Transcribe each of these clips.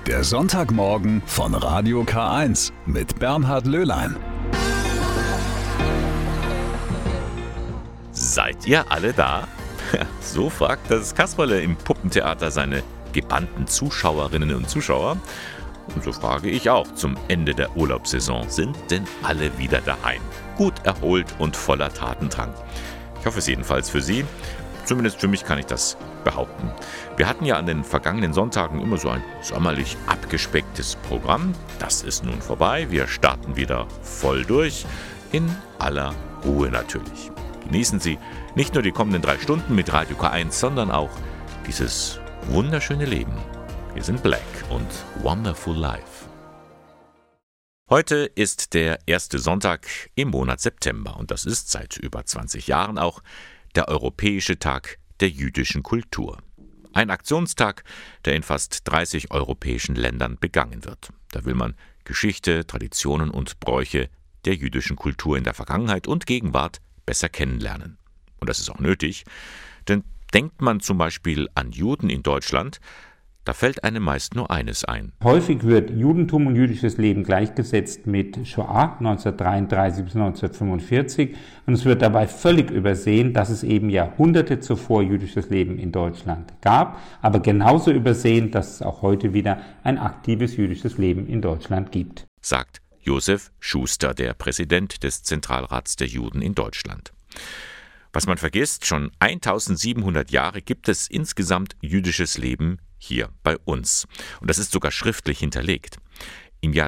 Der Sonntagmorgen von Radio K1 mit Bernhard Löhlein. Seid ihr alle da? So fragt das Kasperle im Puppentheater seine gebannten Zuschauerinnen und Zuschauer. Und so frage ich auch zum Ende der Urlaubssaison. Sind denn alle wieder daheim? Gut erholt und voller Tatendrang. Ich hoffe es jedenfalls für Sie. Zumindest für mich kann ich das behaupten. Wir hatten ja an den vergangenen Sonntagen immer so ein sommerlich abgespecktes Programm. Das ist nun vorbei. Wir starten wieder voll durch. In aller Ruhe natürlich. Genießen Sie nicht nur die kommenden 3 Stunden mit Radio K1, sondern auch dieses wunderschöne Leben. Wir sind Black und Wonderful Life. Heute ist der erste Sonntag im Monat September und das ist seit über 20 Jahren auch der Europäische Tag der jüdischen Kultur. Ein Aktionstag, der in fast 30 europäischen Ländern begangen wird. Da will man Geschichte, Traditionen und Bräuche der jüdischen Kultur in der Vergangenheit und Gegenwart besser kennenlernen. Und das ist auch nötig, denn denkt man zum Beispiel an Juden in Deutschland, da fällt einem meist nur eines ein. Häufig wird Judentum und jüdisches Leben gleichgesetzt mit Shoah 1933 bis 1945 und es wird dabei völlig übersehen, dass es eben Jahrhunderte zuvor jüdisches Leben in Deutschland gab, aber genauso übersehen, dass es auch heute wieder ein aktives jüdisches Leben in Deutschland gibt. Sagt Josef Schuster, der Präsident des Zentralrats der Juden in Deutschland. Was man vergisst, schon 1700 Jahre gibt es insgesamt jüdisches Leben hier bei uns. Und das ist sogar schriftlich hinterlegt. Im Jahr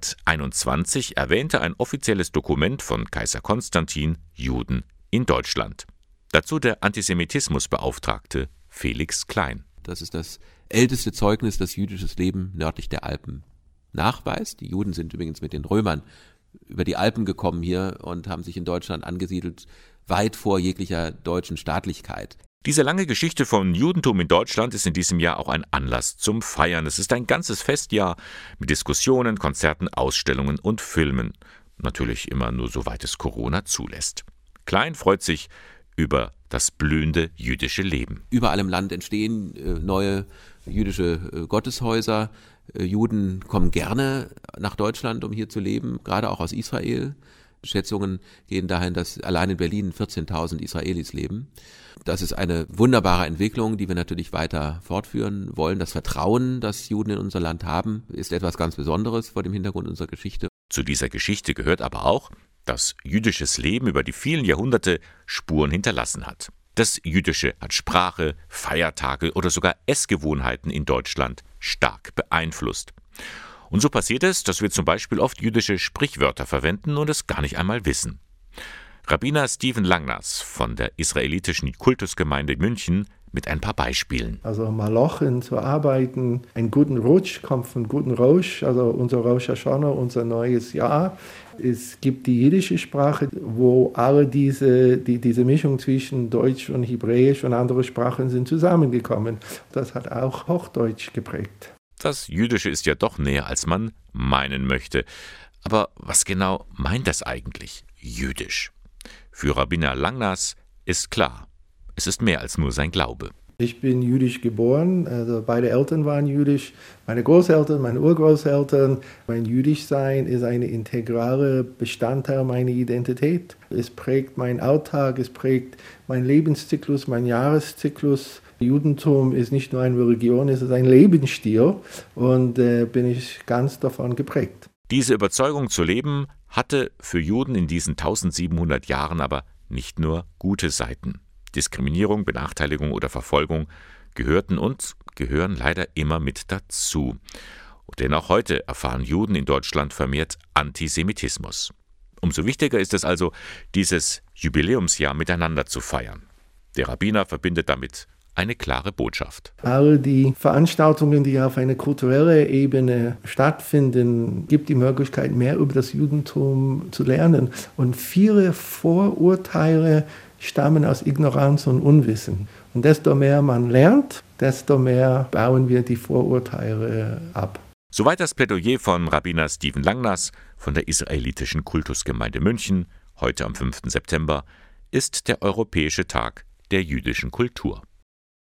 321 erwähnte ein offizielles Dokument von Kaiser Konstantin Juden in Deutschland. Dazu der Antisemitismusbeauftragte Felix Klein. Das ist das älteste Zeugnis, das jüdisches Leben nördlich der Alpen nachweist. Die Juden sind übrigens mit den Römern über die Alpen gekommen hier und haben sich in Deutschland angesiedelt, weit vor jeglicher deutschen Staatlichkeit. Diese lange Geschichte von Judentum in Deutschland ist in diesem Jahr auch ein Anlass zum Feiern. Es ist ein ganzes Festjahr mit Diskussionen, Konzerten, Ausstellungen und Filmen. Natürlich immer nur soweit es Corona zulässt. Klein freut sich über das blühende jüdische Leben. Überall im Land entstehen neue jüdische Gotteshäuser. Juden kommen gerne nach Deutschland, um hier zu leben, gerade auch aus Israel. Schätzungen gehen dahin, dass allein in Berlin 14.000 Israelis leben. Das ist eine wunderbare Entwicklung, die wir natürlich weiter fortführen wollen. Das Vertrauen, das Juden in unser Land haben, ist etwas ganz Besonderes vor dem Hintergrund unserer Geschichte. Zu dieser Geschichte gehört aber auch, dass jüdisches Leben über die vielen Jahrhunderte Spuren hinterlassen hat. Das Jüdische hat Sprache, Feiertage oder sogar Essgewohnheiten in Deutschland stark beeinflusst. Und so passiert es, dass wir zum Beispiel oft jüdische Sprichwörter verwenden und es gar nicht einmal wissen. Rabbiner Steven Langnas von der israelitischen Kultusgemeinde München mit ein paar Beispielen. Also Malochen zu arbeiten, einen guten Rutsch kommt von guten Rosh, also unser Rosh Hashanah, unser neues Jahr. Es gibt die jiddische Sprache, wo alle diese Mischung zwischen Deutsch und Hebräisch und andere Sprachen sind zusammengekommen. Das hat auch Hochdeutsch geprägt. Das Jüdische ist ja doch näher, als man meinen möchte. Aber was genau meint das eigentlich, jüdisch? Für Rabbiner Langnas ist klar, es ist mehr als nur sein Glaube. Ich bin jüdisch geboren, also beide Eltern waren jüdisch, meine Großeltern, meine Urgroßeltern. Mein Jüdischsein ist ein integraler Bestandteil meiner Identität. Es prägt meinen Alltag, es prägt meinen Lebenszyklus, meinen Jahreszyklus. Judentum ist nicht nur eine Religion, es ist ein Lebensstil und bin ich ganz davon geprägt. Diese Überzeugung zu leben, hatte für Juden in diesen 1700 Jahren aber nicht nur gute Seiten. Diskriminierung, Benachteiligung oder Verfolgung gehörten und gehören leider immer mit dazu. Denn auch heute erfahren Juden in Deutschland vermehrt Antisemitismus. Umso wichtiger ist es also, dieses Jubiläumsjahr miteinander zu feiern. Der Rabbiner verbindet damit eine klare Botschaft. All die Veranstaltungen, die auf einer kulturellen Ebene stattfinden, gibt die Möglichkeit, mehr über das Judentum zu lernen. Und viele Vorurteile stammen aus Ignoranz und Unwissen. Und desto mehr man lernt, desto mehr bauen wir die Vorurteile ab. Soweit das Plädoyer von Rabbiner Steven Langnas von der israelitischen Kultusgemeinde München. Heute am 5. September ist der Europäische Tag der jüdischen Kultur.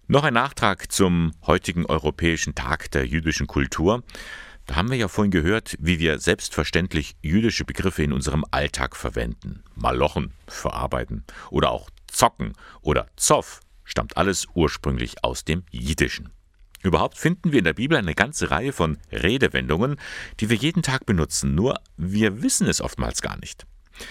Noch ein Nachtrag zum heutigen Europäischen Tag der jüdischen Kultur. Da haben wir ja vorhin gehört, wie wir selbstverständlich jüdische Begriffe in unserem Alltag verwenden. Malochen für Arbeiten oder auch Zocken oder Zoff stammt alles ursprünglich aus dem Jiddischen. Überhaupt finden wir in der Bibel eine ganze Reihe von Redewendungen, die wir jeden Tag benutzen, nur wir wissen es oftmals gar nicht.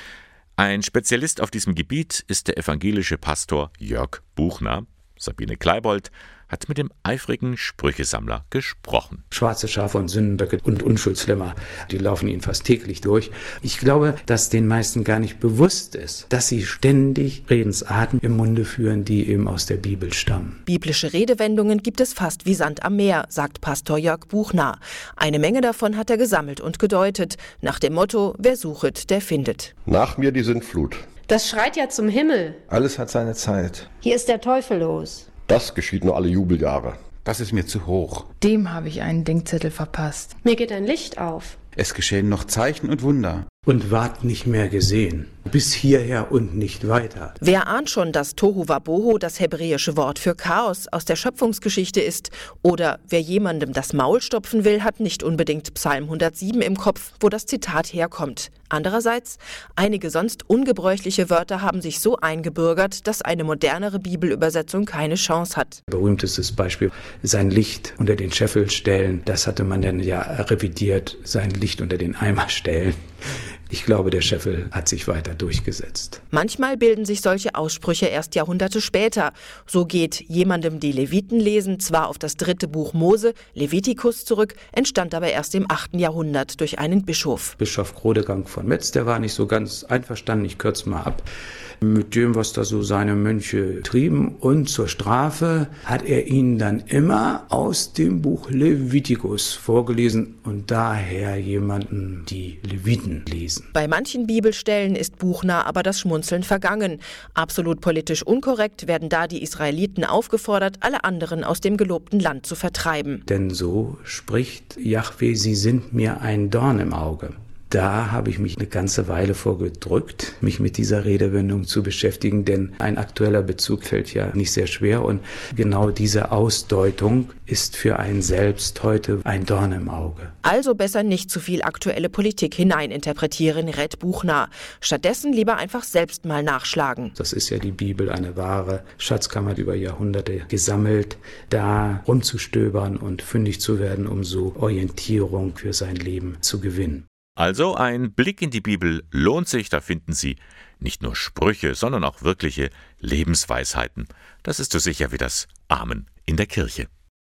Ein Spezialist auf diesem Gebiet ist der evangelische Pastor Jörg Buchner. Sabine Kleibold hat mit dem eifrigen Sprüchesammler gesprochen. Schwarze Schafe und Sündenböcke und Unschuldslämmer, die laufen ihnen fast täglich durch. Ich glaube, dass den meisten gar nicht bewusst ist, dass sie ständig Redensarten im Munde führen, die eben aus der Bibel stammen. Biblische Redewendungen gibt es fast wie Sand am Meer, sagt Pastor Jörg Buchner. Eine Menge davon hat er gesammelt und gedeutet, nach dem Motto, wer suchet, der findet. Nach mir die Sintflut. Das schreit ja zum Himmel. Alles hat seine Zeit. Hier ist der Teufel los. Das geschieht nur alle Jubeljahre. Das ist mir zu hoch. Dem habe ich einen Denkzettel verpasst. Mir geht ein Licht auf. Es geschehen noch Zeichen und Wunder. Und ward nicht mehr gesehen. Bis hierher und nicht weiter. Wer ahnt schon, dass Tohu Wabohu das hebräische Wort für Chaos aus der Schöpfungsgeschichte ist? Oder wer jemandem das Maul stopfen will, hat nicht unbedingt Psalm 107 im Kopf, wo das Zitat herkommt. Andererseits, einige sonst ungebräuchliche Wörter haben sich so eingebürgert, dass eine modernere Bibelübersetzung keine Chance hat. Berühmtestes Beispiel, sein Licht unter den Scheffel stellen. Das hatte man dann ja revidiert, sein Licht unter den Eimer stellen. Ich glaube, der Scheffel hat sich weiter durchgesetzt. Manchmal bilden sich solche Aussprüche erst Jahrhunderte später. So geht jemandem die Leviten lesen zwar auf das 3. Buch Mose, Levitikus, zurück, entstand aber erst im 8. Jahrhundert durch einen Bischof. Bischof Grodegang von Metz, der war nicht so ganz einverstanden, ich kürze mal ab, mit dem, was da so seine Mönche trieben. Und zur Strafe hat er ihnen dann immer aus dem Buch Levitikus vorgelesen und daher jemanden die Leviten lesen. Bei manchen Bibelstellen ist Buchner aber das Schmunzeln vergangen. Absolut politisch unkorrekt werden da die Israeliten aufgefordert, alle anderen aus dem gelobten Land zu vertreiben. Denn so spricht Jahwe, sie sind mir ein Dorn im Auge. Da habe ich mich eine ganze Weile vorgedrückt, mich mit dieser Redewendung zu beschäftigen, denn ein aktueller Bezug fällt ja nicht sehr schwer und genau diese Ausdeutung ist für einen selbst heute ein Dorn im Auge. Also besser nicht zu viel aktuelle Politik hineininterpretieren, rät Buchner. Stattdessen lieber einfach selbst mal nachschlagen. Das ist ja die Bibel, eine wahre Schatzkammer über Jahrhunderte gesammelt, da rumzustöbern und fündig zu werden, um so Orientierung für sein Leben zu gewinnen. Also ein Blick in die Bibel lohnt sich, da finden Sie nicht nur Sprüche, sondern auch wirkliche Lebensweisheiten. Das ist so sicher wie das Amen in der Kirche.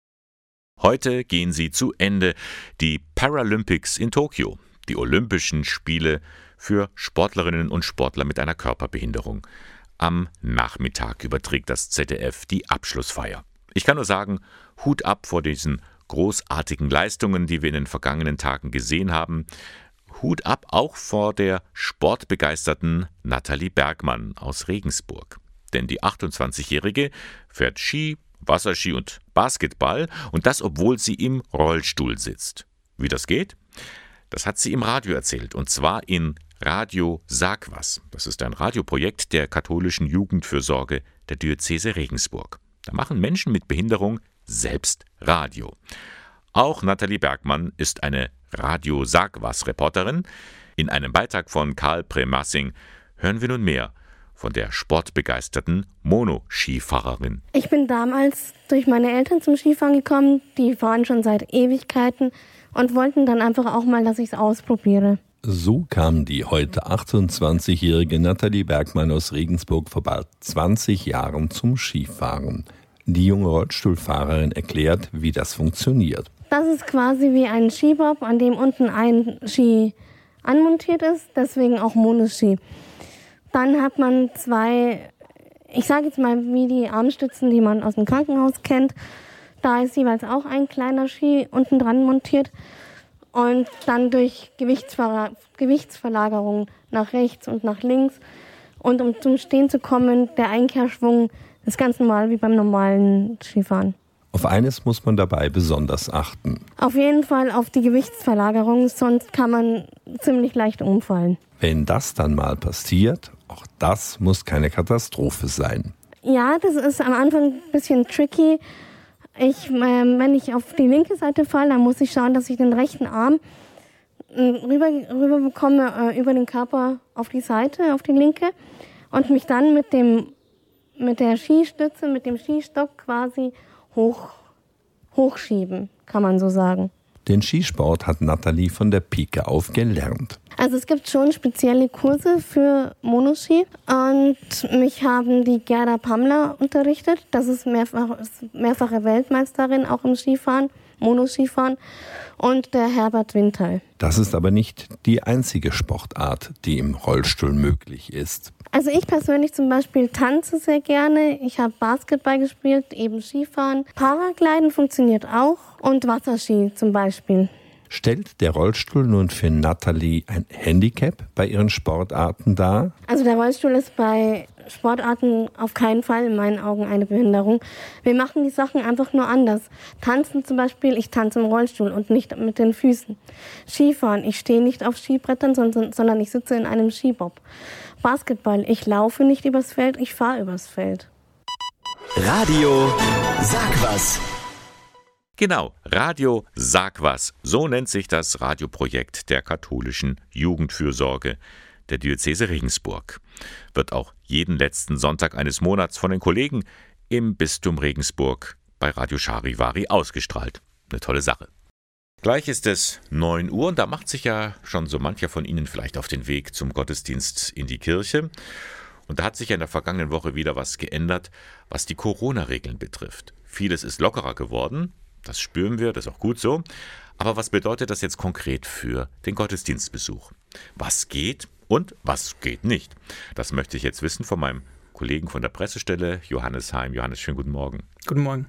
Heute gehen sie zu Ende, die Paralympics in Tokio, die Olympischen Spiele für Sportlerinnen und Sportler mit einer Körperbehinderung. Am Nachmittag überträgt das ZDF die Abschlussfeier. Ich kann nur sagen, Hut ab vor diesen großartigen Leistungen, die wir in den vergangenen Tagen gesehen haben. Hut ab auch vor der sportbegeisterten Nathalie Bergmann aus Regensburg. Denn die 28-Jährige fährt Ski, Wasserski und Basketball und das, obwohl sie im Rollstuhl sitzt. Wie das geht? Das hat sie im Radio erzählt und zwar in Radio Sag was. Das ist ein Radioprojekt der katholischen Jugendfürsorge der Diözese Regensburg. Da machen Menschen mit Behinderung selbst Radio. Auch Nathalie Bergmann ist eine Radio-Sag-was-Reporterin. In einem Beitrag von Karl Premassing hören wir nun mehr von der sportbegeisterten Monoskifahrerin. Ich bin damals durch meine Eltern zum Skifahren gekommen. Die fahren schon seit Ewigkeiten und wollten dann einfach auch mal, dass ich es ausprobiere. So kam die heute 28-jährige Nathalie Bergmann aus Regensburg vor bald 20 Jahren zum Skifahren. Die junge Rollstuhlfahrerin erklärt, wie das funktioniert. Das ist quasi wie ein Skibob, an dem unten ein Ski anmontiert ist, deswegen auch Monoski. Dann hat man zwei, ich sage jetzt mal wie die Armstützen, die man aus dem Krankenhaus kennt. Da ist jeweils auch ein kleiner Ski unten dran montiert. Und dann durch Gewichtsverlagerung nach rechts und nach links. Und um zum Stehen zu kommen, der Einkehrschwung ist ganz normal wie beim normalen Skifahren. Auf eines muss man dabei besonders achten. Auf jeden Fall auf die Gewichtsverlagerung, sonst kann man ziemlich leicht umfallen. Wenn das dann mal passiert, auch das muss keine Katastrophe sein. Ja, das ist am Anfang ein bisschen tricky. Wenn ich auf die linke Seite falle, dann muss ich schauen, dass ich den rechten Arm rüber bekomme, über den Körper auf die Seite, auf die linke. Und mich dann mit der Skistütze, mit dem Skistock quasi hochschieben, kann man so sagen. Den Skisport hat Nathalie von der Pike auf gelernt. Also es gibt schon spezielle Kurse für Monoski und mich haben die Gerda Pammler unterrichtet. Das ist mehrfache Weltmeisterin auch im Skifahren, Monoskifahren, und der Herbert Winterl. Das ist aber nicht die einzige Sportart, die im Rollstuhl möglich ist. Also ich persönlich zum Beispiel tanze sehr gerne. Ich habe Basketball gespielt, eben Skifahren. Paragliden funktioniert auch und Wasserski zum Beispiel. Stellt der Rollstuhl nun für Nathalie ein Handicap bei ihren Sportarten dar? Also der Rollstuhl ist bei Sportarten auf keinen Fall in meinen Augen eine Behinderung. Wir machen die Sachen einfach nur anders. Tanzen zum Beispiel, ich tanze im Rollstuhl und nicht mit den Füßen. Skifahren, ich stehe nicht auf Skibrettern, sondern ich sitze in einem Skibob. Basketball, ich laufe nicht übers Feld, ich fahre übers Feld. Radio Sag was. Genau, Radio Sag was. So nennt sich das Radioprojekt der katholischen Jugendfürsorge der Diözese Regensburg. Wird auch jeden letzten Sonntag eines Monats von den Kollegen im Bistum Regensburg bei Radio Charivari ausgestrahlt. Eine tolle Sache. Gleich ist es 9 Uhr und da macht sich ja schon so mancher von Ihnen vielleicht auf den Weg zum Gottesdienst in die Kirche. Und da hat sich ja in der vergangenen Woche wieder was geändert, was die Corona-Regeln betrifft. Vieles ist lockerer geworden. Das spüren wir, das ist auch gut so. Aber was bedeutet das jetzt konkret für den Gottesdienstbesuch? Was geht und was geht nicht? Das möchte ich jetzt wissen von meinem Kollegen von der Pressestelle, Johannes Heim. Johannes, schönen guten Morgen. Guten Morgen.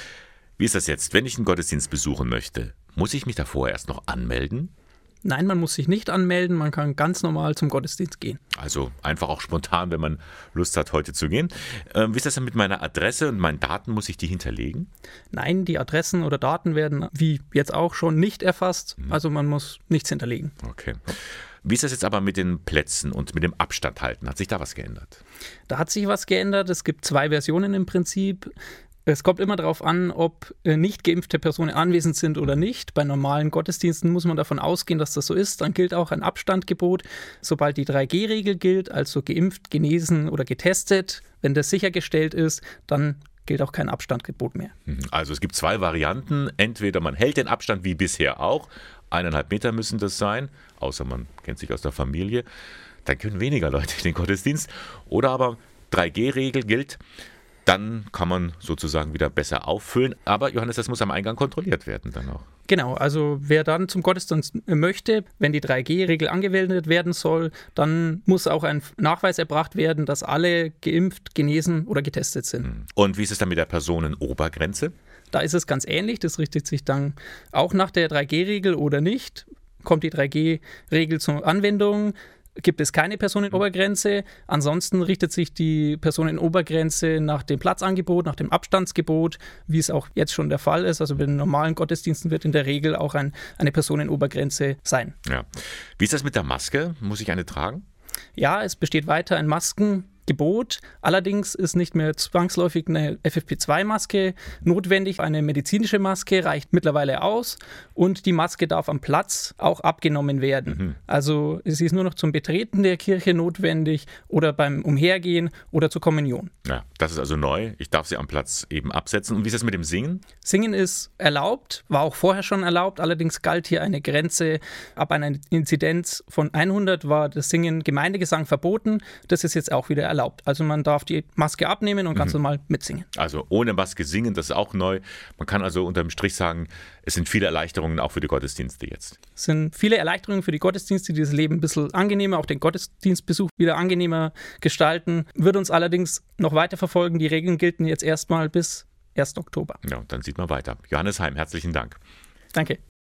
Wie ist das jetzt, wenn ich einen Gottesdienst besuchen möchte? Muss ich mich davor erst noch anmelden? Nein, man muss sich nicht anmelden, man kann ganz normal zum Gottesdienst gehen. Also einfach auch spontan, wenn man Lust hat, heute zu gehen. Wie ist das denn mit meiner Adresse und meinen Daten? Muss ich die hinterlegen? Nein, die Adressen oder Daten werden wie jetzt auch schon nicht erfasst. Also man muss nichts hinterlegen. Okay. Wie ist das jetzt aber mit den Plätzen und mit dem Abstand halten? Hat sich da was geändert? Da hat sich was geändert. Es gibt 2 Versionen im Prinzip. Es kommt immer darauf an, ob nicht geimpfte Personen anwesend sind oder nicht. Bei normalen Gottesdiensten muss man davon ausgehen, dass das so ist. Dann gilt auch ein Abstandgebot. Sobald die 3G-Regel gilt, also geimpft, genesen oder getestet, wenn das sichergestellt ist, dann gilt auch kein Abstandgebot mehr. Also es gibt 2 Varianten. Entweder man hält den Abstand wie bisher auch. 1,5 Meter müssen das sein, außer man kennt sich aus der Familie. Dann können weniger Leute in den Gottesdienst. Oder aber 3G-Regel gilt. Dann kann man sozusagen wieder besser auffüllen. Aber Johannes, das muss am Eingang kontrolliert werden dann auch. Genau, also wer dann zum Gottesdienst möchte, wenn die 3G-Regel angewendet werden soll, dann muss auch ein Nachweis erbracht werden, dass alle geimpft, genesen oder getestet sind. Und wie ist es dann mit der Personenobergrenze? Da ist es ganz ähnlich. Das richtet sich dann auch nach der 3G-Regel oder nicht. Kommt die 3G-Regel zur Anwendung, gibt es keine Personenobergrenze. Ansonsten richtet sich die Personenobergrenze nach dem Platzangebot, nach dem Abstandsgebot, wie es auch jetzt schon der Fall ist. Also bei den normalen Gottesdiensten wird in der Regel auch eine Personenobergrenze sein. Ja. Wie ist das mit der Maske? Muss ich eine tragen? Ja, es besteht weiter ein Maskengebot. Allerdings ist nicht mehr zwangsläufig eine FFP2-Maske notwendig. Eine medizinische Maske reicht mittlerweile aus und die Maske darf am Platz auch abgenommen werden. Also sie ist nur noch zum Betreten der Kirche notwendig oder beim Umhergehen oder zur Kommunion. Ja, das ist also neu. Ich darf sie am Platz eben absetzen. Und wie ist das mit dem Singen? Singen ist erlaubt, war auch vorher schon erlaubt. Allerdings galt hier eine Grenze. Ab einer Inzidenz von 100 war das Singen Gemeindegesang verboten. Das ist jetzt auch wieder erlaubt. Also man darf die Maske abnehmen und ganz normal mitsingen. Also ohne Maske singen, das ist auch neu. Man kann also unterm Strich sagen, es sind viele Erleichterungen auch für die Gottesdienste jetzt. Es sind viele Erleichterungen für die Gottesdienste, die das Leben ein bisschen angenehmer, auch den Gottesdienstbesuch wieder angenehmer gestalten. Wird uns allerdings noch weiter verfolgen. Die Regeln gelten jetzt erstmal bis 1. Oktober. Ja, und dann sieht man weiter. Johannes Heim, herzlichen Dank. Danke.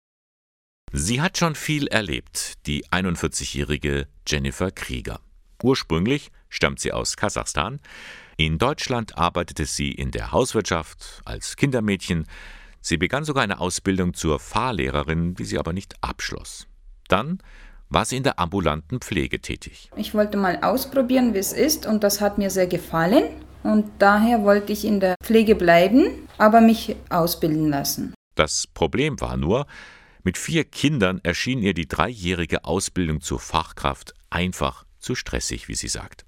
Sie hat schon viel erlebt, die 41-jährige Jennifer Krieger. Ursprünglich stammt sie aus Kasachstan. In Deutschland arbeitete sie in der Hauswirtschaft als Kindermädchen. Sie begann sogar eine Ausbildung zur Fahrlehrerin, die sie aber nicht abschloss. Dann war sie in der ambulanten Pflege tätig. Ich wollte mal ausprobieren, wie es ist, und das hat mir sehr gefallen. und daher wollte ich in der Pflege bleiben, aber mich ausbilden lassen. Das Problem war nur, mit 4 Kindern erschien ihr die 3-jährige Ausbildung zur Fachkraft einfach zu stressig, wie sie sagt.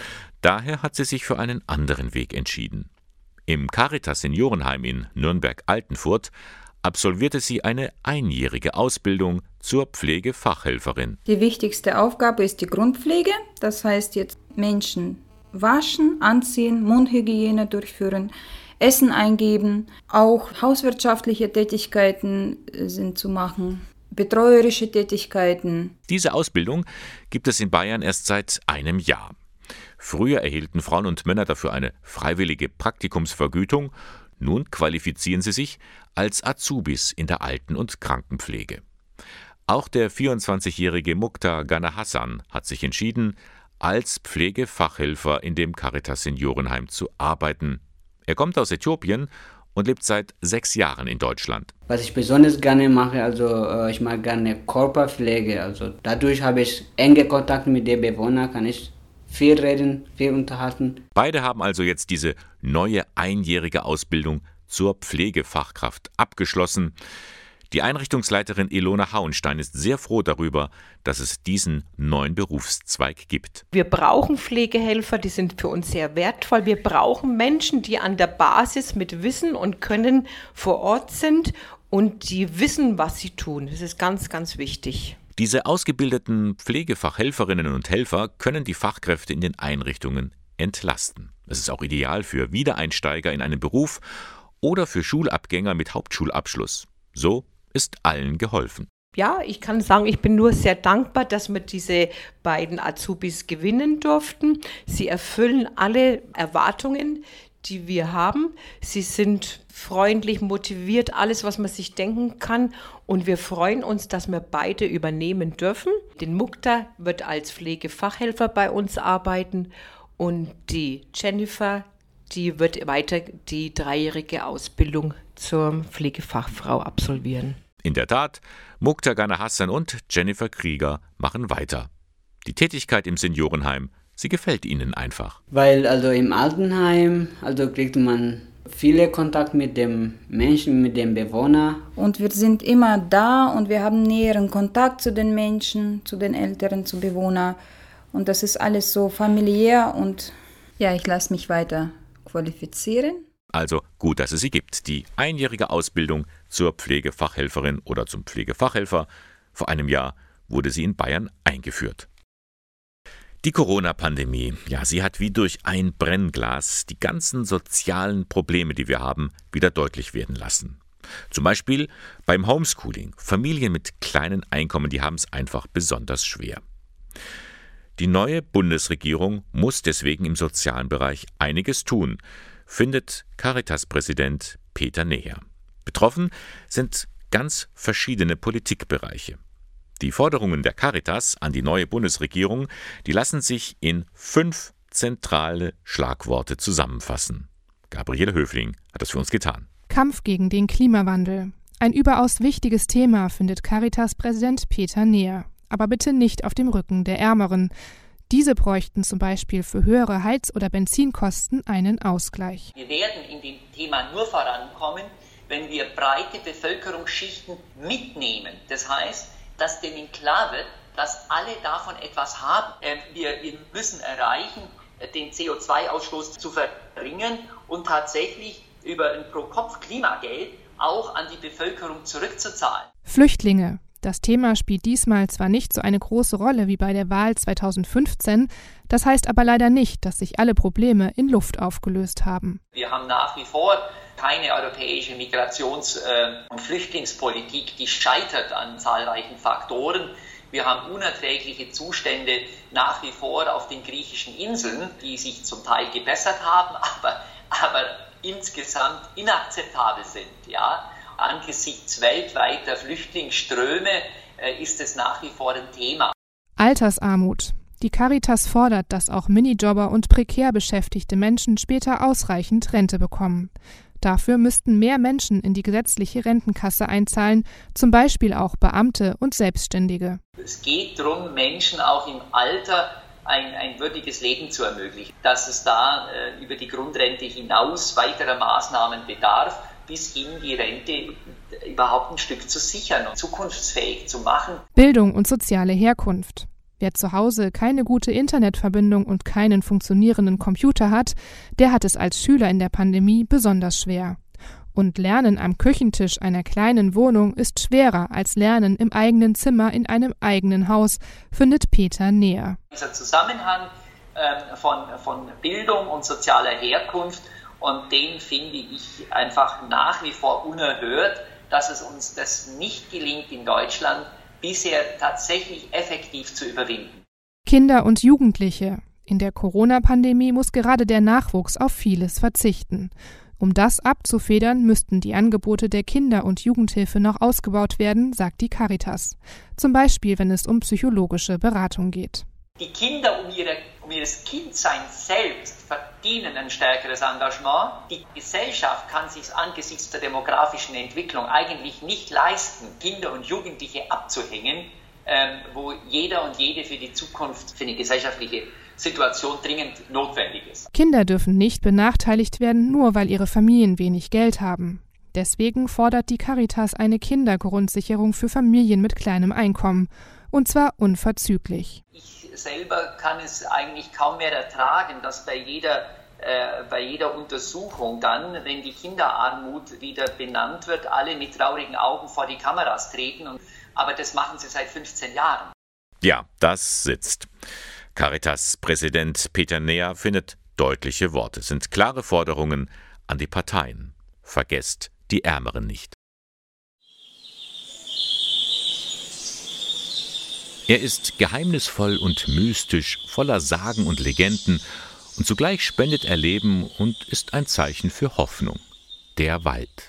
Daher hat sie sich für einen anderen Weg entschieden. Im Caritas Seniorenheim in Nürnberg-Altenfurt absolvierte sie eine 1-jährige Ausbildung zur Pflegefachhelferin. Die wichtigste Aufgabe ist die Grundpflege, das heißt jetzt Menschen waschen, anziehen, Mundhygiene durchführen, Essen eingeben, auch hauswirtschaftliche Tätigkeiten sind zu machen, betreuerische Tätigkeiten. Diese Ausbildung gibt es in Bayern erst seit einem Jahr. Früher erhielten Frauen und Männer dafür eine freiwillige Praktikumsvergütung, nun qualifizieren sie sich als Azubis in der Alten- und Krankenpflege. Auch der 24-jährige Mukhtar Ghana Hassan hat sich entschieden, als Pflegefachhelfer in dem Caritas Seniorenheim zu arbeiten. Er kommt aus Äthiopien und lebt seit 6 Jahren in Deutschland. Was ich besonders gerne mache, ich mag gerne Körperpflege. Dadurch habe ich enge Kontakt mit den Bewohnern, kann ich viel reden, viel unterhalten. Beide haben also jetzt diese neue 1-jährige Ausbildung zur Pflegefachkraft abgeschlossen. Die Einrichtungsleiterin Ilona Hauenstein ist sehr froh darüber, dass es diesen neuen Berufszweig gibt. Wir brauchen Pflegehelfer, die sind für uns sehr wertvoll. Wir brauchen Menschen, die an der Basis mit Wissen und Können vor Ort sind und die wissen, was sie tun. Das ist ganz, ganz wichtig. Diese ausgebildeten Pflegefachhelferinnen und Helfer können die Fachkräfte in den Einrichtungen entlasten. Es ist auch ideal für Wiedereinsteiger in einen Beruf oder für Schulabgänger mit Hauptschulabschluss. So ist allen geholfen. Ja, ich kann sagen, ich bin nur sehr dankbar, dass wir diese beiden Azubis gewinnen durften. Sie erfüllen alle Erwartungen, die wir haben. Sie sind freundlich, motiviert, alles, was man sich denken kann. Und wir freuen uns, dass wir beide übernehmen dürfen. Den Mukhtar wird als Pflegefachhelfer bei uns arbeiten und die Jennifer, die wird weiter die 3-jährige Ausbildung zur Pflegefachfrau absolvieren. In der Tat, Mukhtar Ghana Hassan und Jennifer Krieger machen weiter. Die Tätigkeit im Seniorenheim, sie gefällt ihnen einfach. Weil im Altenheim, kriegt man viele Kontakt mit dem Menschen, mit dem Bewohner. Und wir sind immer da und wir haben näheren Kontakt zu den Menschen, zu den Älteren, zu Bewohnern. Und das ist alles so familiär und ja, ich lasse mich weiter qualifizieren. Also gut, dass es sie gibt. Die 1-jährige Ausbildung zur Pflegefachhelferin oder zum Pflegefachhelfer. Vor einem Jahr wurde sie in Bayern eingeführt. Die Corona-Pandemie, ja, sie hat wie durch ein Brennglas die ganzen sozialen Probleme, die wir haben, wieder deutlich werden lassen. Zum Beispiel beim Homeschooling. Familien mit kleinen Einkommen, die haben es einfach besonders schwer. Die neue Bundesregierung muss deswegen im sozialen Bereich einiges tun, findet Caritas-Präsident Peter Neher. Betroffen sind ganz verschiedene Politikbereiche. Die Forderungen der Caritas an die neue Bundesregierung, die lassen sich in 5 zentrale Schlagworte zusammenfassen. Gabriele Höfling hat das für uns getan. Kampf gegen den Klimawandel. Ein überaus wichtiges Thema, findet Caritas-Präsident Peter Neher. Aber bitte nicht auf dem Rücken der Ärmeren. Diese bräuchten zum Beispiel für höhere Heiz- oder Benzinkosten einen Ausgleich. Wir werden in dem Thema nur vorankommen, wenn wir breite Bevölkerungsschichten mitnehmen. Das heißt, dass denen klar wird, dass alle davon etwas haben. Wir müssen erreichen, den CO2-Ausstoß zu verringern und tatsächlich über ein Pro-Kopf-Klimageld auch an die Bevölkerung zurückzuzahlen. Flüchtlinge. Das Thema spielt diesmal zwar nicht so eine große Rolle wie bei der Wahl 2015, das heißt aber leider nicht, dass sich alle Probleme in Luft aufgelöst haben. Wir haben nach wie vor keine europäische Migrations- und Flüchtlingspolitik, die scheitert an zahlreichen Faktoren. Wir haben unerträgliche Zustände nach wie vor auf den griechischen Inseln, die sich zum Teil gebessert haben, aber insgesamt inakzeptabel sind. Ja? Angesichts weltweiter Flüchtlingsströme ist es nach wie vor ein Thema. Altersarmut. Die Caritas fordert, dass auch Minijobber und prekär beschäftigte Menschen später ausreichend Rente bekommen. Dafür müssten mehr Menschen in die gesetzliche Rentenkasse einzahlen, zum Beispiel auch Beamte und Selbstständige. Es geht darum, Menschen auch im Alter ein würdiges Leben zu ermöglichen. Dass es da über die Grundrente hinaus weiterer Maßnahmen bedarf, bis hin die Rente überhaupt ein Stück zu sichern und zukunftsfähig zu machen. Bildung und soziale Herkunft. Wer zu Hause keine gute Internetverbindung und keinen funktionierenden Computer hat, der hat es als Schüler in der Pandemie besonders schwer. Und Lernen am Küchentisch einer kleinen Wohnung ist schwerer als Lernen im eigenen Zimmer in einem eigenen Haus, findet Peter Neher. Dieser Zusammenhang von Bildung und sozialer Herkunft, und den finde ich einfach nach wie vor unerhört, dass es uns das nicht gelingt, in Deutschland bisher tatsächlich effektiv zu überwinden. Kinder und Jugendliche. In der Corona-Pandemie muss gerade der Nachwuchs auf vieles verzichten. Um das abzufedern, müssten die Angebote der Kinder- und Jugendhilfe noch ausgebaut werden, sagt die Caritas. Zum Beispiel, wenn es um psychologische Beratung geht. Die Kinder um ihres Kindseins selbst verdienen ein stärkeres Engagement. Die Gesellschaft kann sich angesichts der demografischen Entwicklung eigentlich nicht leisten, Kinder und Jugendliche abzuhängen, wo jeder und jede für die Zukunft, für die gesellschaftliche Situation dringend notwendig ist. Kinder dürfen nicht benachteiligt werden, nur weil ihre Familien wenig Geld haben. Deswegen fordert die Caritas eine Kindergrundsicherung für Familien mit kleinem Einkommen. Und zwar unverzüglich. Ich selber kann es eigentlich kaum mehr ertragen, dass bei jeder Untersuchung dann, wenn die Kinderarmut wieder benannt wird, alle mit traurigen Augen vor die Kameras treten. Aber das machen sie seit 15 Jahren. Ja, das sitzt. Caritas-Präsident Peter Neher findet deutliche Worte, sind klare Forderungen an die Parteien. Vergesst die Ärmeren nicht. Er ist geheimnisvoll und mystisch, voller Sagen und Legenden, und zugleich spendet er Leben und ist ein Zeichen für Hoffnung. Der Wald.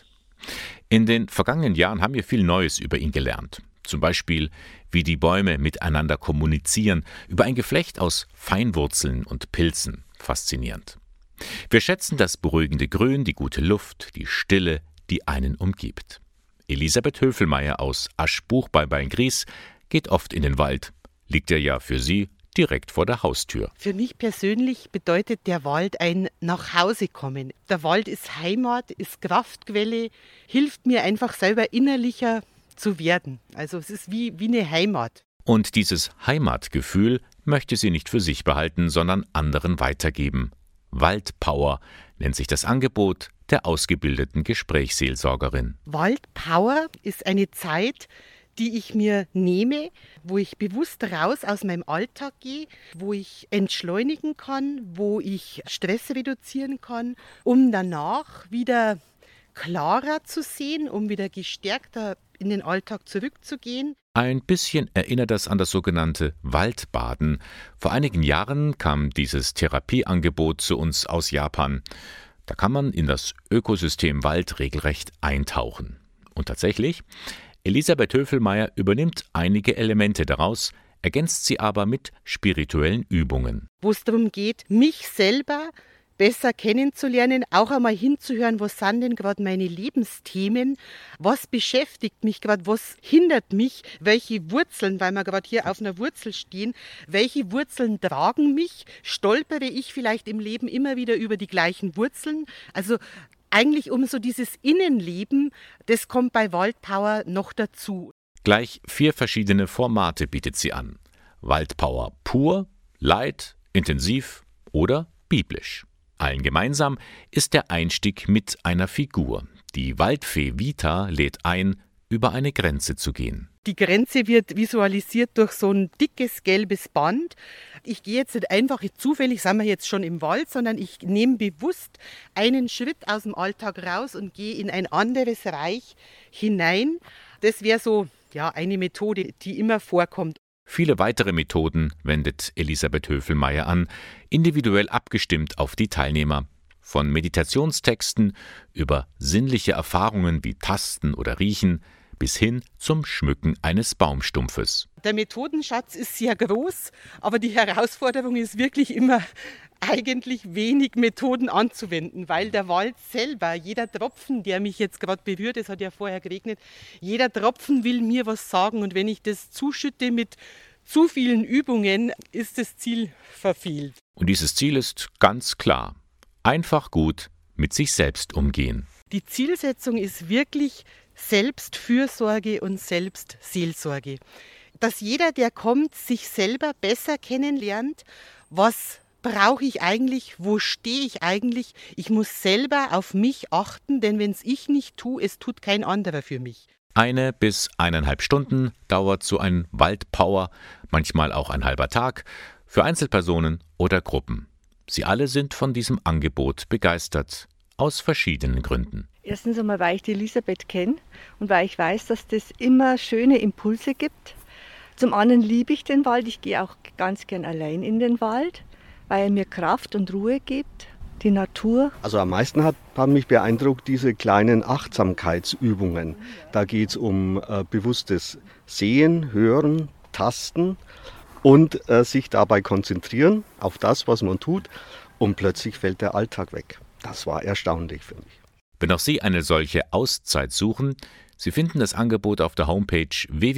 In den vergangenen Jahren haben wir viel Neues über ihn gelernt. Zum Beispiel, wie die Bäume miteinander kommunizieren, über ein Geflecht aus Feinwurzeln und Pilzen. Faszinierend. Wir schätzen das beruhigende Grün, die gute Luft, die Stille, die einen umgibt. Elisabeth Höfelmeier aus Aschbuch bei Beingries geht oft in den Wald. Liegt er ja für sie direkt vor der Haustür. Für mich persönlich bedeutet der Wald ein Nachhausekommen. Der Wald ist Heimat, ist Kraftquelle, hilft mir einfach selber innerlicher zu werden. Also es ist wie eine Heimat. Und dieses Heimatgefühl möchte sie nicht für sich behalten, sondern anderen weitergeben. Waldpower nennt sich das Angebot der ausgebildeten Gesprächsseelsorgerin. Waldpower ist eine Zeit, die ich mir nehme, wo ich bewusst raus aus meinem Alltag gehe, wo ich entschleunigen kann, wo ich Stress reduzieren kann, um danach wieder klarer zu sehen, um wieder gestärkter in den Alltag zurückzugehen. Ein bisschen erinnert das an das sogenannte Waldbaden. Vor einigen Jahren kam dieses Therapieangebot zu uns aus Japan. Da kann man in das Ökosystem Wald regelrecht eintauchen. Und tatsächlich, Elisabeth Höfelmeier übernimmt einige Elemente daraus, ergänzt sie aber mit spirituellen Übungen. Wo es darum geht, mich selber besser kennenzulernen, auch einmal hinzuhören, was sind denn gerade meine Lebensthemen, was beschäftigt mich gerade, was hindert mich, welche Wurzeln, weil wir gerade hier auf einer Wurzel stehen, welche Wurzeln tragen mich, stolpere ich vielleicht im Leben immer wieder über die gleichen Wurzeln, also eigentlich um so dieses Innenleben, das kommt bei Waldpower noch dazu. Gleich 4 verschiedene Formate bietet sie an. Waldpower pur, light, intensiv oder biblisch. Allen gemeinsam ist der Einstieg mit einer Figur. Die Waldfee Vita lädt ein, über eine Grenze zu gehen. Die Grenze wird visualisiert durch so ein dickes gelbes Band. Ich gehe jetzt nicht einfach zufällig, sind wir jetzt schon im Wald, sondern ich nehme bewusst einen Schritt aus dem Alltag raus und gehe in ein anderes Reich hinein. Das wäre so eine Methode, die immer vorkommt. Viele weitere Methoden wendet Elisabeth Höfelmeier an, individuell abgestimmt auf die Teilnehmer. Von Meditationstexten über sinnliche Erfahrungen wie Tasten oder Riechen bis hin zum Schmücken eines Baumstumpfes. Der Methodenschatz ist sehr groß, aber die Herausforderung ist wirklich immer eigentlich wenig Methoden anzuwenden, weil der Wald selber, jeder Tropfen, der mich jetzt gerade berührt, es hat ja vorher geregnet, jeder Tropfen will mir was sagen und wenn ich das zuschütte mit zu vielen Übungen ist das Ziel verfehlt. Und dieses Ziel ist ganz klar. Einfach gut mit sich selbst umgehen. Die Zielsetzung ist wirklich Selbstfürsorge und Selbstseelsorge. Dass jeder, der kommt, sich selber besser kennenlernt, was brauche ich eigentlich, wo stehe ich eigentlich. Ich muss selber auf mich achten, denn wenn es ich nicht tue, es tut kein anderer für mich. 1 bis 1,5 Stunden dauert so ein Waldpower, manchmal auch ein halber Tag, für Einzelpersonen oder Gruppen. Sie alle sind von diesem Angebot begeistert, aus verschiedenen Gründen. Erstens einmal, weil ich die Elisabeth kenne und weil ich weiß, dass das immer schöne Impulse gibt. Zum anderen liebe ich den Wald. Ich gehe auch ganz gern allein in den Wald, weil er mir Kraft und Ruhe gibt, die Natur. Also am meisten haben mich beeindruckt diese kleinen Achtsamkeitsübungen. Da geht es um bewusstes Sehen, Hören, Tasten und sich dabei konzentrieren auf das, was man tut. Und plötzlich fällt der Alltag weg. Das war erstaunlich für mich. Wenn auch Sie eine solche Auszeit suchen, Sie finden das Angebot auf der Homepage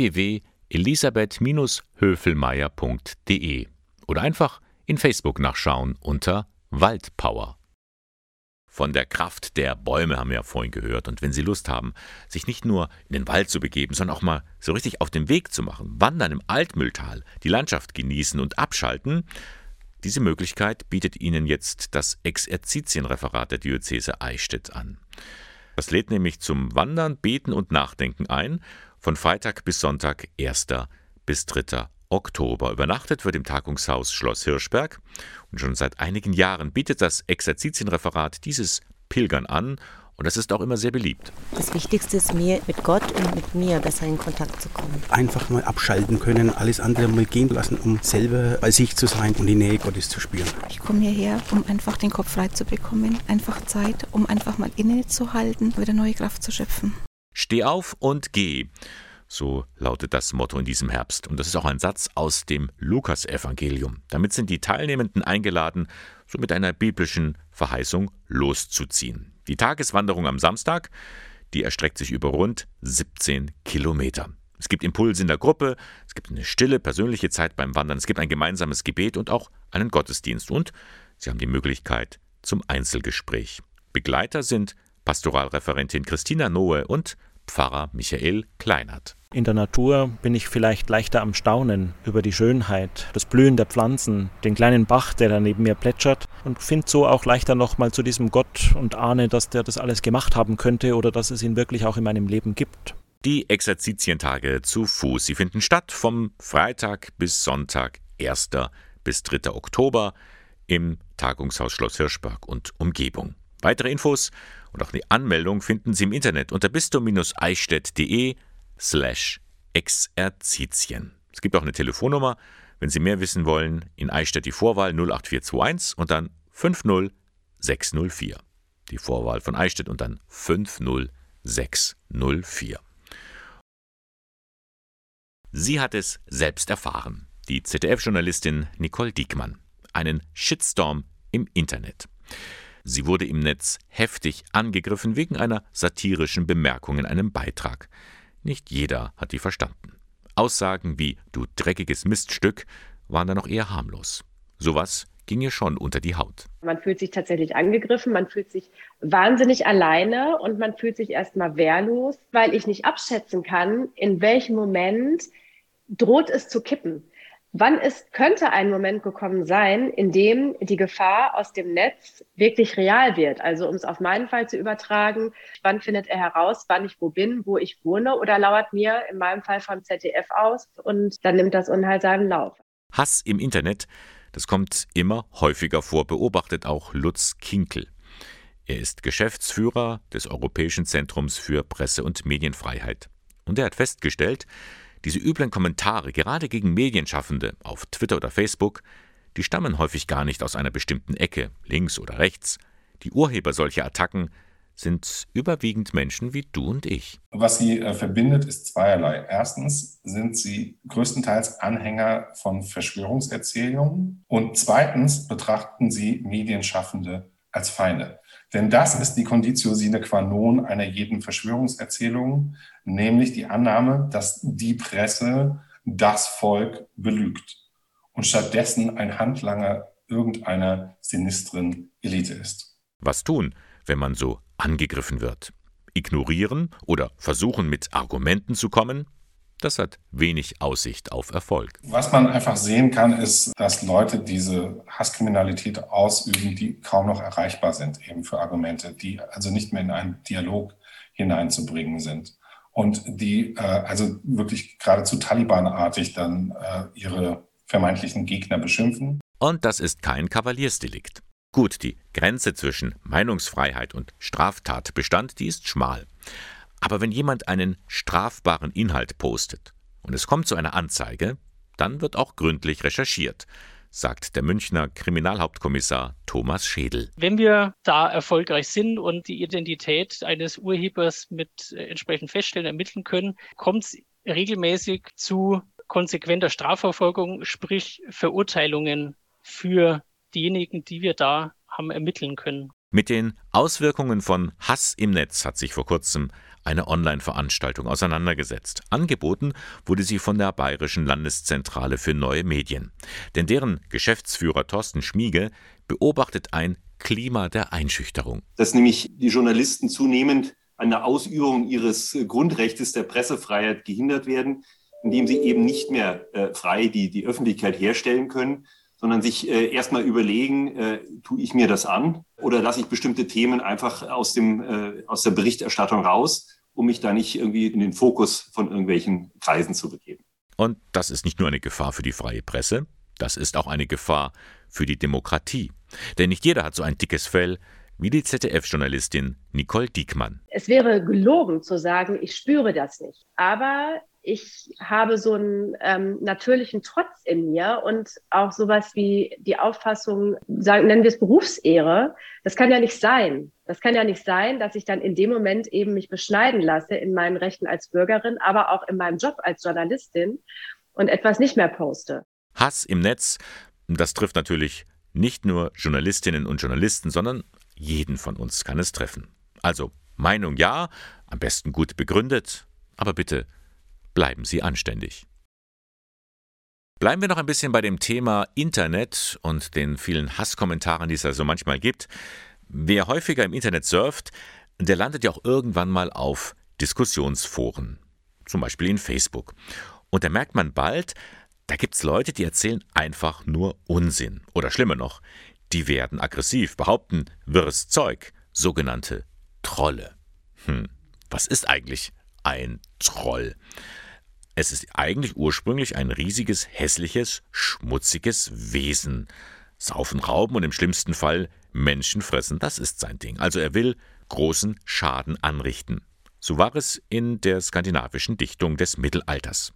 www.elisabeth-höfelmeier.de oder einfach in Facebook nachschauen unter Waldpower. Von der Kraft der Bäume haben wir ja vorhin gehört. Und wenn Sie Lust haben, sich nicht nur in den Wald zu begeben, sondern auch mal so richtig auf den Weg zu machen, wandern im Altmühltal, die Landschaft genießen und abschalten, diese Möglichkeit bietet Ihnen jetzt das Exerzitienreferat der Diözese Eichstätt an. Das lädt nämlich zum Wandern, Beten und Nachdenken ein, von Freitag bis Sonntag, 1. bis 3. Oktober. Übernachtet wird im Tagungshaus Schloss Hirschberg und schon seit einigen Jahren bietet das Exerzitienreferat dieses Pilgern an und das ist auch immer sehr beliebt. Das Wichtigste ist mir, mit Gott und mit mir besser in Kontakt zu kommen. Einfach mal abschalten können, alles andere mal gehen lassen, um selber bei sich zu sein und die Nähe Gottes zu spüren. Ich komme hierher, um einfach den Kopf frei zu bekommen, einfach Zeit, um einfach mal innezuhalten, wieder neue Kraft zu schöpfen. Steh auf und geh. So lautet das Motto in diesem Herbst. Und das ist auch ein Satz aus dem Lukasevangelium. Damit sind die Teilnehmenden eingeladen, so mit einer biblischen Verheißung loszuziehen. Die Tageswanderung am Samstag, die erstreckt sich über rund 17 Kilometer. Es gibt Impulse in der Gruppe, es gibt eine stille, persönliche Zeit beim Wandern, es gibt ein gemeinsames Gebet und auch einen Gottesdienst. Und Sie haben die Möglichkeit zum Einzelgespräch. Begleiter sind Pastoralreferentin Christina Noe und Pfarrer Michael Kleinert. In der Natur bin ich vielleicht leichter am Staunen über die Schönheit, das Blühen der Pflanzen, den kleinen Bach, der da neben mir plätschert und finde so auch leichter nochmal zu diesem Gott und ahne, dass der das alles gemacht haben könnte oder dass es ihn wirklich auch in meinem Leben gibt. Die Exerzitientage zu Fuß, sie finden statt vom Freitag bis Sonntag, 1. bis 3. Oktober im Tagungshaus Schloss Hirschberg und Umgebung. Weitere Infos und auch die Anmeldung finden Sie im Internet unter bistum-eichstätt.de/Exerzitien. Es gibt auch eine Telefonnummer, wenn Sie mehr wissen wollen, in Eichstätt die Vorwahl 08421 und dann 50604. Die Vorwahl von Eichstätt und dann 50604. Sie hat es selbst erfahren, die ZDF-Journalistin Nicole Diekmann. Einen Shitstorm im Internet. Sie wurde im Netz heftig angegriffen wegen einer satirischen Bemerkung in einem Beitrag. Nicht jeder hat die verstanden. Aussagen wie »du dreckiges Miststück« waren dann noch eher harmlos. Sowas ging ihr schon unter die Haut. Man fühlt sich tatsächlich angegriffen, man fühlt sich wahnsinnig alleine und man fühlt sich erstmal wehrlos, weil ich nicht abschätzen kann, in welchem Moment droht es zu kippen. Könnte ein Moment gekommen sein, in dem die Gefahr aus dem Netz wirklich real wird? Also um es auf meinen Fall zu übertragen, wann findet er heraus, wann ich wo bin, wo ich wohne, oder lauert mir in meinem Fall vom ZDF aus und dann nimmt das Unheil seinen Lauf. Hass im Internet, das kommt immer häufiger vor, beobachtet auch Lutz Kinkel. Er ist Geschäftsführer des Europäischen Zentrums für Presse- und Medienfreiheit. Und er hat festgestellt, diese üblen Kommentare, gerade gegen Medienschaffende auf Twitter oder Facebook, die stammen häufig gar nicht aus einer bestimmten Ecke, links oder rechts. Die Urheber solcher Attacken sind überwiegend Menschen wie du und ich. Was sie verbindet, ist zweierlei. Erstens sind sie größtenteils Anhänger von Verschwörungserzählungen und zweitens betrachten sie Medienschaffende als Feinde. Denn das ist die Conditio sine qua non einer jeden Verschwörungserzählung, nämlich die Annahme, dass die Presse das Volk belügt und stattdessen ein Handlanger irgendeiner sinistren Elite ist. Was tun, wenn man so angegriffen wird? Ignorieren oder versuchen, mit Argumenten zu kommen? Das hat wenig Aussicht auf Erfolg. Was man einfach sehen kann, ist, dass Leute diese Hasskriminalität ausüben, die kaum noch erreichbar sind, eben für Argumente, die also nicht mehr in einen Dialog hineinzubringen sind. Und die also wirklich geradezu Taliban-artig dann ihre vermeintlichen Gegner beschimpfen. Und das ist kein Kavaliersdelikt. Gut, die Grenze zwischen Meinungsfreiheit und Straftatbestand, die ist schmal. Aber wenn jemand einen strafbaren Inhalt postet und es kommt zu einer Anzeige, dann wird auch gründlich recherchiert, sagt der Münchner Kriminalhauptkommissar Thomas Schädel. Wenn wir da erfolgreich sind und die Identität eines Urhebers mit entsprechend feststellen, ermitteln können, kommt es regelmäßig zu konsequenter Strafverfolgung, sprich Verurteilungen für diejenigen, die wir da haben ermitteln können. Mit den Auswirkungen von Hass im Netz hat sich vor kurzem eine Online-Veranstaltung auseinandergesetzt. Angeboten wurde sie von der Bayerischen Landeszentrale für neue Medien. Denn deren Geschäftsführer Thorsten Schmiege beobachtet ein Klima der Einschüchterung. Dass nämlich die Journalisten zunehmend an der Ausübung ihres Grundrechtes der Pressefreiheit gehindert werden, indem sie eben nicht mehr frei die Öffentlichkeit herstellen können, sondern sich erstmal überlegen, tue ich mir das an oder lasse ich bestimmte Themen einfach aus der Berichterstattung raus, um mich da nicht irgendwie in den Fokus von irgendwelchen Kreisen zu begeben. Und das ist nicht nur eine Gefahr für die freie Presse, das ist auch eine Gefahr für die Demokratie. Denn nicht jeder hat so ein dickes Fell wie die ZDF-Journalistin Nicole Diekmann. Es wäre gelogen zu sagen, ich spüre das nicht. Aber ich habe so einen natürlichen Trotz in mir und auch sowas wie die Auffassung, nennen wir es Berufsehre. Das kann ja nicht sein. Das kann ja nicht sein, dass ich dann in dem Moment eben mich beschneiden lasse in meinen Rechten als Bürgerin, aber auch in meinem Job als Journalistin und etwas nicht mehr poste. Hass im Netz, das trifft natürlich nicht nur Journalistinnen und Journalisten, sondern jeden von uns kann es treffen. Also Meinung ja, am besten gut begründet, aber bitte bleiben Sie anständig. Bleiben wir noch ein bisschen bei dem Thema Internet und den vielen Hasskommentaren, die es da so manchmal gibt. Wer häufiger im Internet surft, der landet ja auch irgendwann mal auf Diskussionsforen, zum Beispiel in Facebook. Und da merkt man bald, da gibt es Leute, die erzählen einfach nur Unsinn. Oder schlimmer noch, die werden aggressiv, behaupten wirres Zeug, sogenannte Trolle. Was ist eigentlich ein Troll? Es ist eigentlich ursprünglich ein riesiges, hässliches, schmutziges Wesen. Saufen, rauben und im schlimmsten Fall Menschen fressen, das ist sein Ding. Also er will großen Schaden anrichten. So war es in der skandinavischen Dichtung des Mittelalters.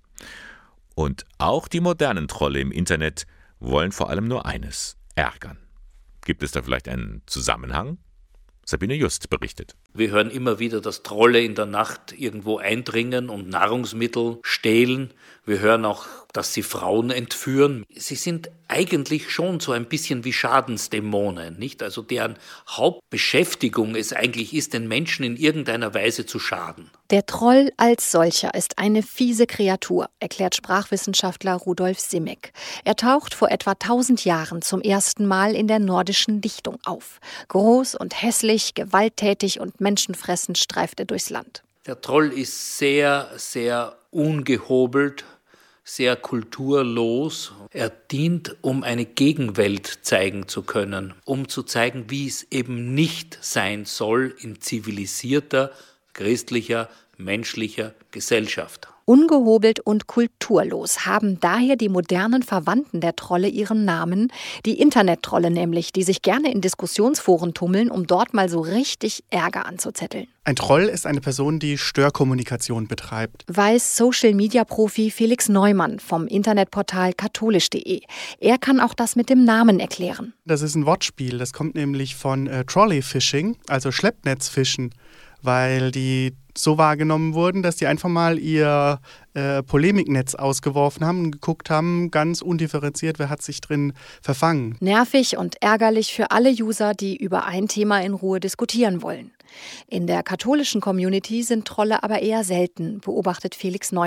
Und auch die modernen Trolle im Internet wollen vor allem nur eines: ärgern. Gibt es da vielleicht einen Zusammenhang? Sabine Just berichtet. Wir hören immer wieder, dass Trolle in der Nacht irgendwo eindringen und Nahrungsmittel stehlen. Wir hören auch, dass sie Frauen entführen. Sie sind eigentlich schon so ein bisschen wie Schadensdämonen, nicht? Also deren Hauptbeschäftigung es eigentlich ist, den Menschen in irgendeiner Weise zu schaden. Der Troll als solcher ist eine fiese Kreatur, erklärt Sprachwissenschaftler Rudolf Simek. Er taucht vor etwa 1000 Jahren zum ersten Mal in der nordischen Dichtung auf. Groß und hässlich, gewalttätig und menschenfressend streift er durchs Land. Der Troll ist sehr, sehr ungehobelt, sehr kulturlos. Er dient, um eine Gegenwelt zeigen zu können, um zu zeigen, wie es eben nicht sein soll in zivilisierter, christlicher, menschlicher Gesellschaft. Ungehobelt und kulturlos haben daher die modernen Verwandten der Trolle ihren Namen, die Internet-Trolle nämlich, die sich gerne in Diskussionsforen tummeln, um dort mal so richtig Ärger anzuzetteln. Ein Troll ist eine Person, die Störkommunikation betreibt, weiß Social-Media-Profi Felix Neumann vom Internetportal katholisch.de. Er kann auch das mit dem Namen erklären. Das ist ein Wortspiel, das kommt nämlich von Trolley-Fishing, also Schleppnetzfischen, weil die so wahrgenommen wurden, dass die einfach mal ihr Polemiknetz ausgeworfen haben und geguckt haben, ganz undifferenziert, wer hat sich drin verfangen. Nervig und ärgerlich für alle User, die über ein Thema in Ruhe diskutieren wollen. In der katholischen Community sind Trolle aber eher selten, beobachtet Felix Neumann.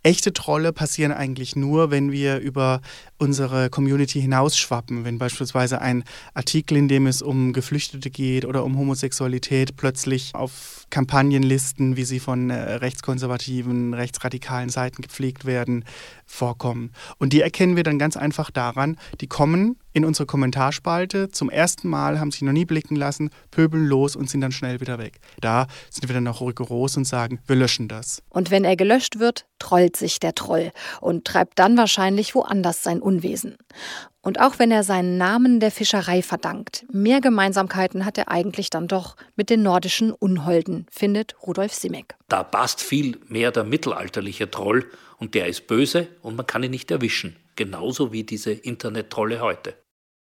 Echte Trolle passieren eigentlich nur, wenn wir über unsere Community hinausschwappen. Wenn beispielsweise ein Artikel, in dem es um Geflüchtete geht oder um Homosexualität, plötzlich auf Kampagnenlisten, wie sie von rechtskonservativen, rechtsradikalen Seiten gepflegt werden, vorkommen. Und die erkennen wir dann ganz einfach daran, die kommen in unsere Kommentarspalte, zum ersten Mal, haben sich noch nie blicken lassen, pöbeln los und sind dann schnell wieder weg. Da sind wir dann auch rigoros und sagen, wir löschen das. Und wenn er gelöscht wird, trollt sich der Troll und treibt dann wahrscheinlich woanders sein Unwesen. Und auch wenn er seinen Namen der Fischerei verdankt, mehr Gemeinsamkeiten hat er eigentlich dann doch mit den nordischen Unholden, findet Rudolf Simek. Da passt viel mehr der mittelalterliche Troll und der ist böse und man kann ihn nicht erwischen. Genauso wie diese Internet-Trolle heute.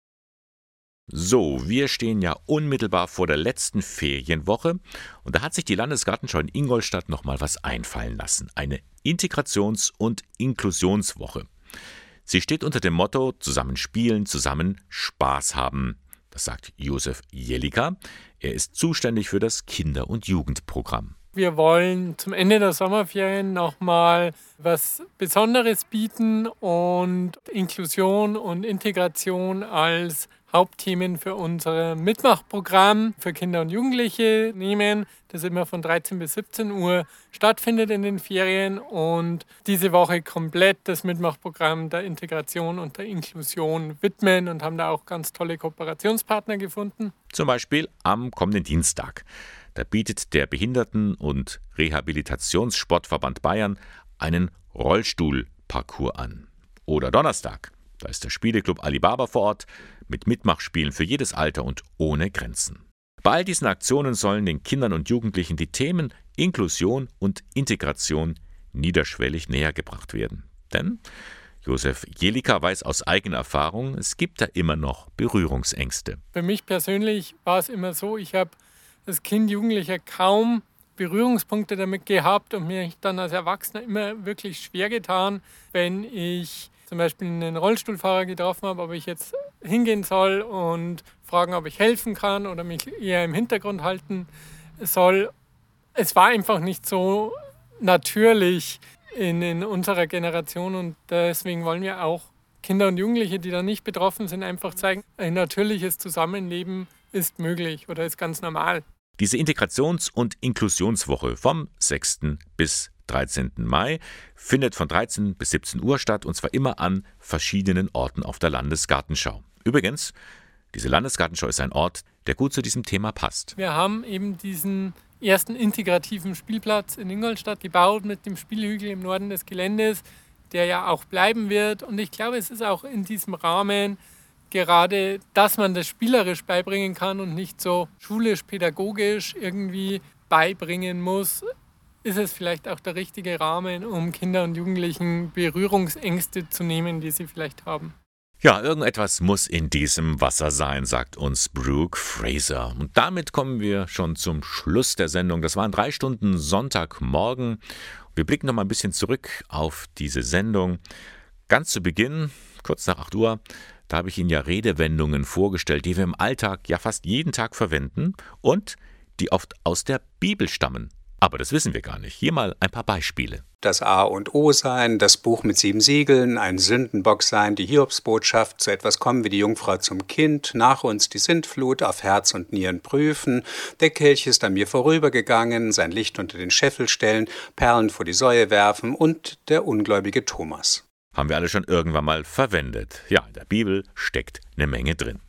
So, wir stehen ja unmittelbar vor der letzten Ferienwoche und da hat sich die Landesgartenschau in Ingolstadt nochmal was einfallen lassen. Eine Integrations- und Inklusionswoche. Sie steht unter dem Motto zusammen spielen, zusammen Spaß haben. Das sagt Josef Jelliker. Er ist zuständig für das Kinder- und Jugendprogramm. Wir wollen zum Ende der Sommerferien nochmal was Besonderes bieten und Inklusion und Integration als Hauptthemen für unser Mitmachprogramm für Kinder und Jugendliche nehmen, das immer von 13 bis 17 Uhr stattfindet in den Ferien und diese Woche komplett das Mitmachprogramm der Integration und der Inklusion widmen und haben da auch ganz tolle Kooperationspartner gefunden. Zum Beispiel am kommenden Dienstag. Da bietet der Behinderten- und Rehabilitationssportverband Bayern einen Rollstuhlparcours an. Oder Donnerstag. Da ist der Spieleclub Alibaba vor Ort mit Mitmachspielen für jedes Alter und ohne Grenzen. Bei all diesen Aktionen sollen den Kindern und Jugendlichen die Themen Inklusion und Integration niederschwellig nähergebracht werden. Denn Josef Jelliker weiß aus eigener Erfahrung, es gibt da immer noch Berührungsängste. Für mich persönlich war es immer so, ich habe als Kind, Jugendlicher kaum Berührungspunkte damit gehabt und mir dann als Erwachsener immer wirklich schwer getan, wenn ich zum Beispiel einen Rollstuhlfahrer getroffen habe, ob ich jetzt hingehen soll und fragen, ob ich helfen kann oder mich eher im Hintergrund halten soll. Es war einfach nicht so natürlich in unserer Generation und deswegen wollen wir auch Kinder und Jugendliche, die da nicht betroffen sind, einfach zeigen, ein natürliches Zusammenleben ist möglich oder ist ganz normal. Diese Integrations- und Inklusionswoche vom 6. bis 13. Mai findet von 13 bis 17 Uhr statt und zwar immer an verschiedenen Orten auf der Landesgartenschau. Übrigens, diese Landesgartenschau ist ein Ort, der gut zu diesem Thema passt. Wir haben eben diesen ersten integrativen Spielplatz in Ingolstadt gebaut mit dem Spielhügel im Norden des Geländes, der ja auch bleiben wird. Und ich glaube, es ist auch in diesem Rahmen gerade, dass man das spielerisch beibringen kann und nicht so schulisch-pädagogisch irgendwie beibringen muss, ist es vielleicht auch der richtige Rahmen, um Kinder und Jugendlichen Berührungsängste zu nehmen, die sie vielleicht haben. Ja, irgendetwas muss in diesem Wasser sein, sagt uns Brooke Fraser. Und damit kommen wir schon zum Schluss der Sendung. Das waren 3 Stunden Sonntagmorgen. Wir blicken noch mal ein bisschen zurück auf diese Sendung. Ganz zu Beginn, kurz nach 8 Uhr, da habe ich Ihnen ja Redewendungen vorgestellt, die wir im Alltag ja fast jeden Tag verwenden und die oft aus der Bibel stammen. Aber das wissen wir gar nicht. Hier mal ein paar Beispiele. Das A und O sein, das Buch mit 7 Siegeln, ein Sündenbock sein, die Hiobsbotschaft, zu etwas kommen wie die Jungfrau zum Kind, nach uns die Sintflut, auf Herz und Nieren prüfen, der Kelch ist an mir vorübergegangen, sein Licht unter den Scheffel stellen, Perlen vor die Säue werfen und der ungläubige Thomas. Haben wir alle schon irgendwann mal verwendet. Ja, in der Bibel steckt eine Menge drin.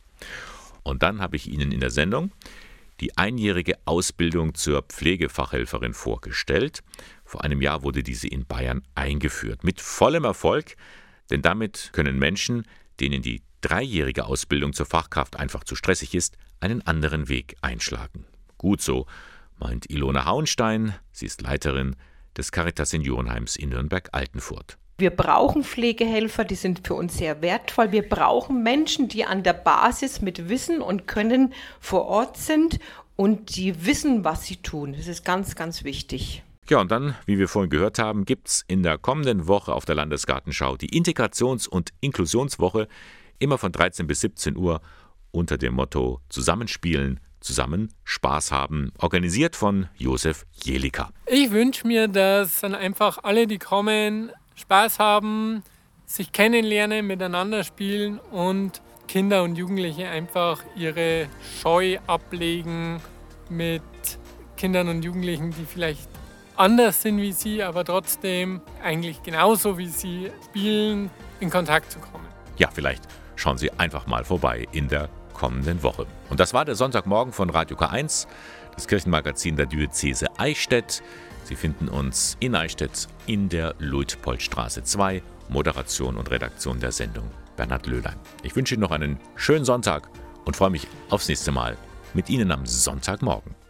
Und dann habe ich Ihnen in der Sendung die einjährige Ausbildung zur Pflegefachhelferin vorgestellt. Vor einem Jahr wurde diese in Bayern eingeführt. Mit vollem Erfolg, denn damit können Menschen, denen die 3-jährige Ausbildung zur Fachkraft einfach zu stressig ist, einen anderen Weg einschlagen. Gut so, meint Ilona Hauenstein. Sie ist Leiterin des Caritas Seniorenheims in Nürnberg-Altenfurt. Wir brauchen Pflegehelfer, die sind für uns sehr wertvoll. Wir brauchen Menschen, die an der Basis mit Wissen und Können vor Ort sind und die wissen, was sie tun. Das ist ganz, ganz wichtig. Ja, und dann, wie wir vorhin gehört haben, gibt es in der kommenden Woche auf der Landesgartenschau die Integrations- und Inklusionswoche, immer von 13 bis 17 Uhr unter dem Motto Zusammenspielen, zusammen Spaß haben, organisiert von Josef Jelliker. Ich wünsche mir, dass dann einfach alle, die kommen, Spaß haben, sich kennenlernen, miteinander spielen und Kinder und Jugendliche einfach ihre Scheu ablegen mit Kindern und Jugendlichen, die vielleicht anders sind wie sie, aber trotzdem eigentlich genauso wie sie spielen, in Kontakt zu kommen. Ja, vielleicht schauen Sie einfach mal vorbei in der kommenden Woche. Und das war der Sonntagmorgen von Radio K1, das Kirchenmagazin der Diözese Eichstätt. Sie finden uns in Eichstätt in der Luitpoldstraße 2. Moderation und Redaktion der Sendung Bernhard Löhlein. Ich wünsche Ihnen noch einen schönen Sonntag und freue mich aufs nächste Mal mit Ihnen am Sonntagmorgen.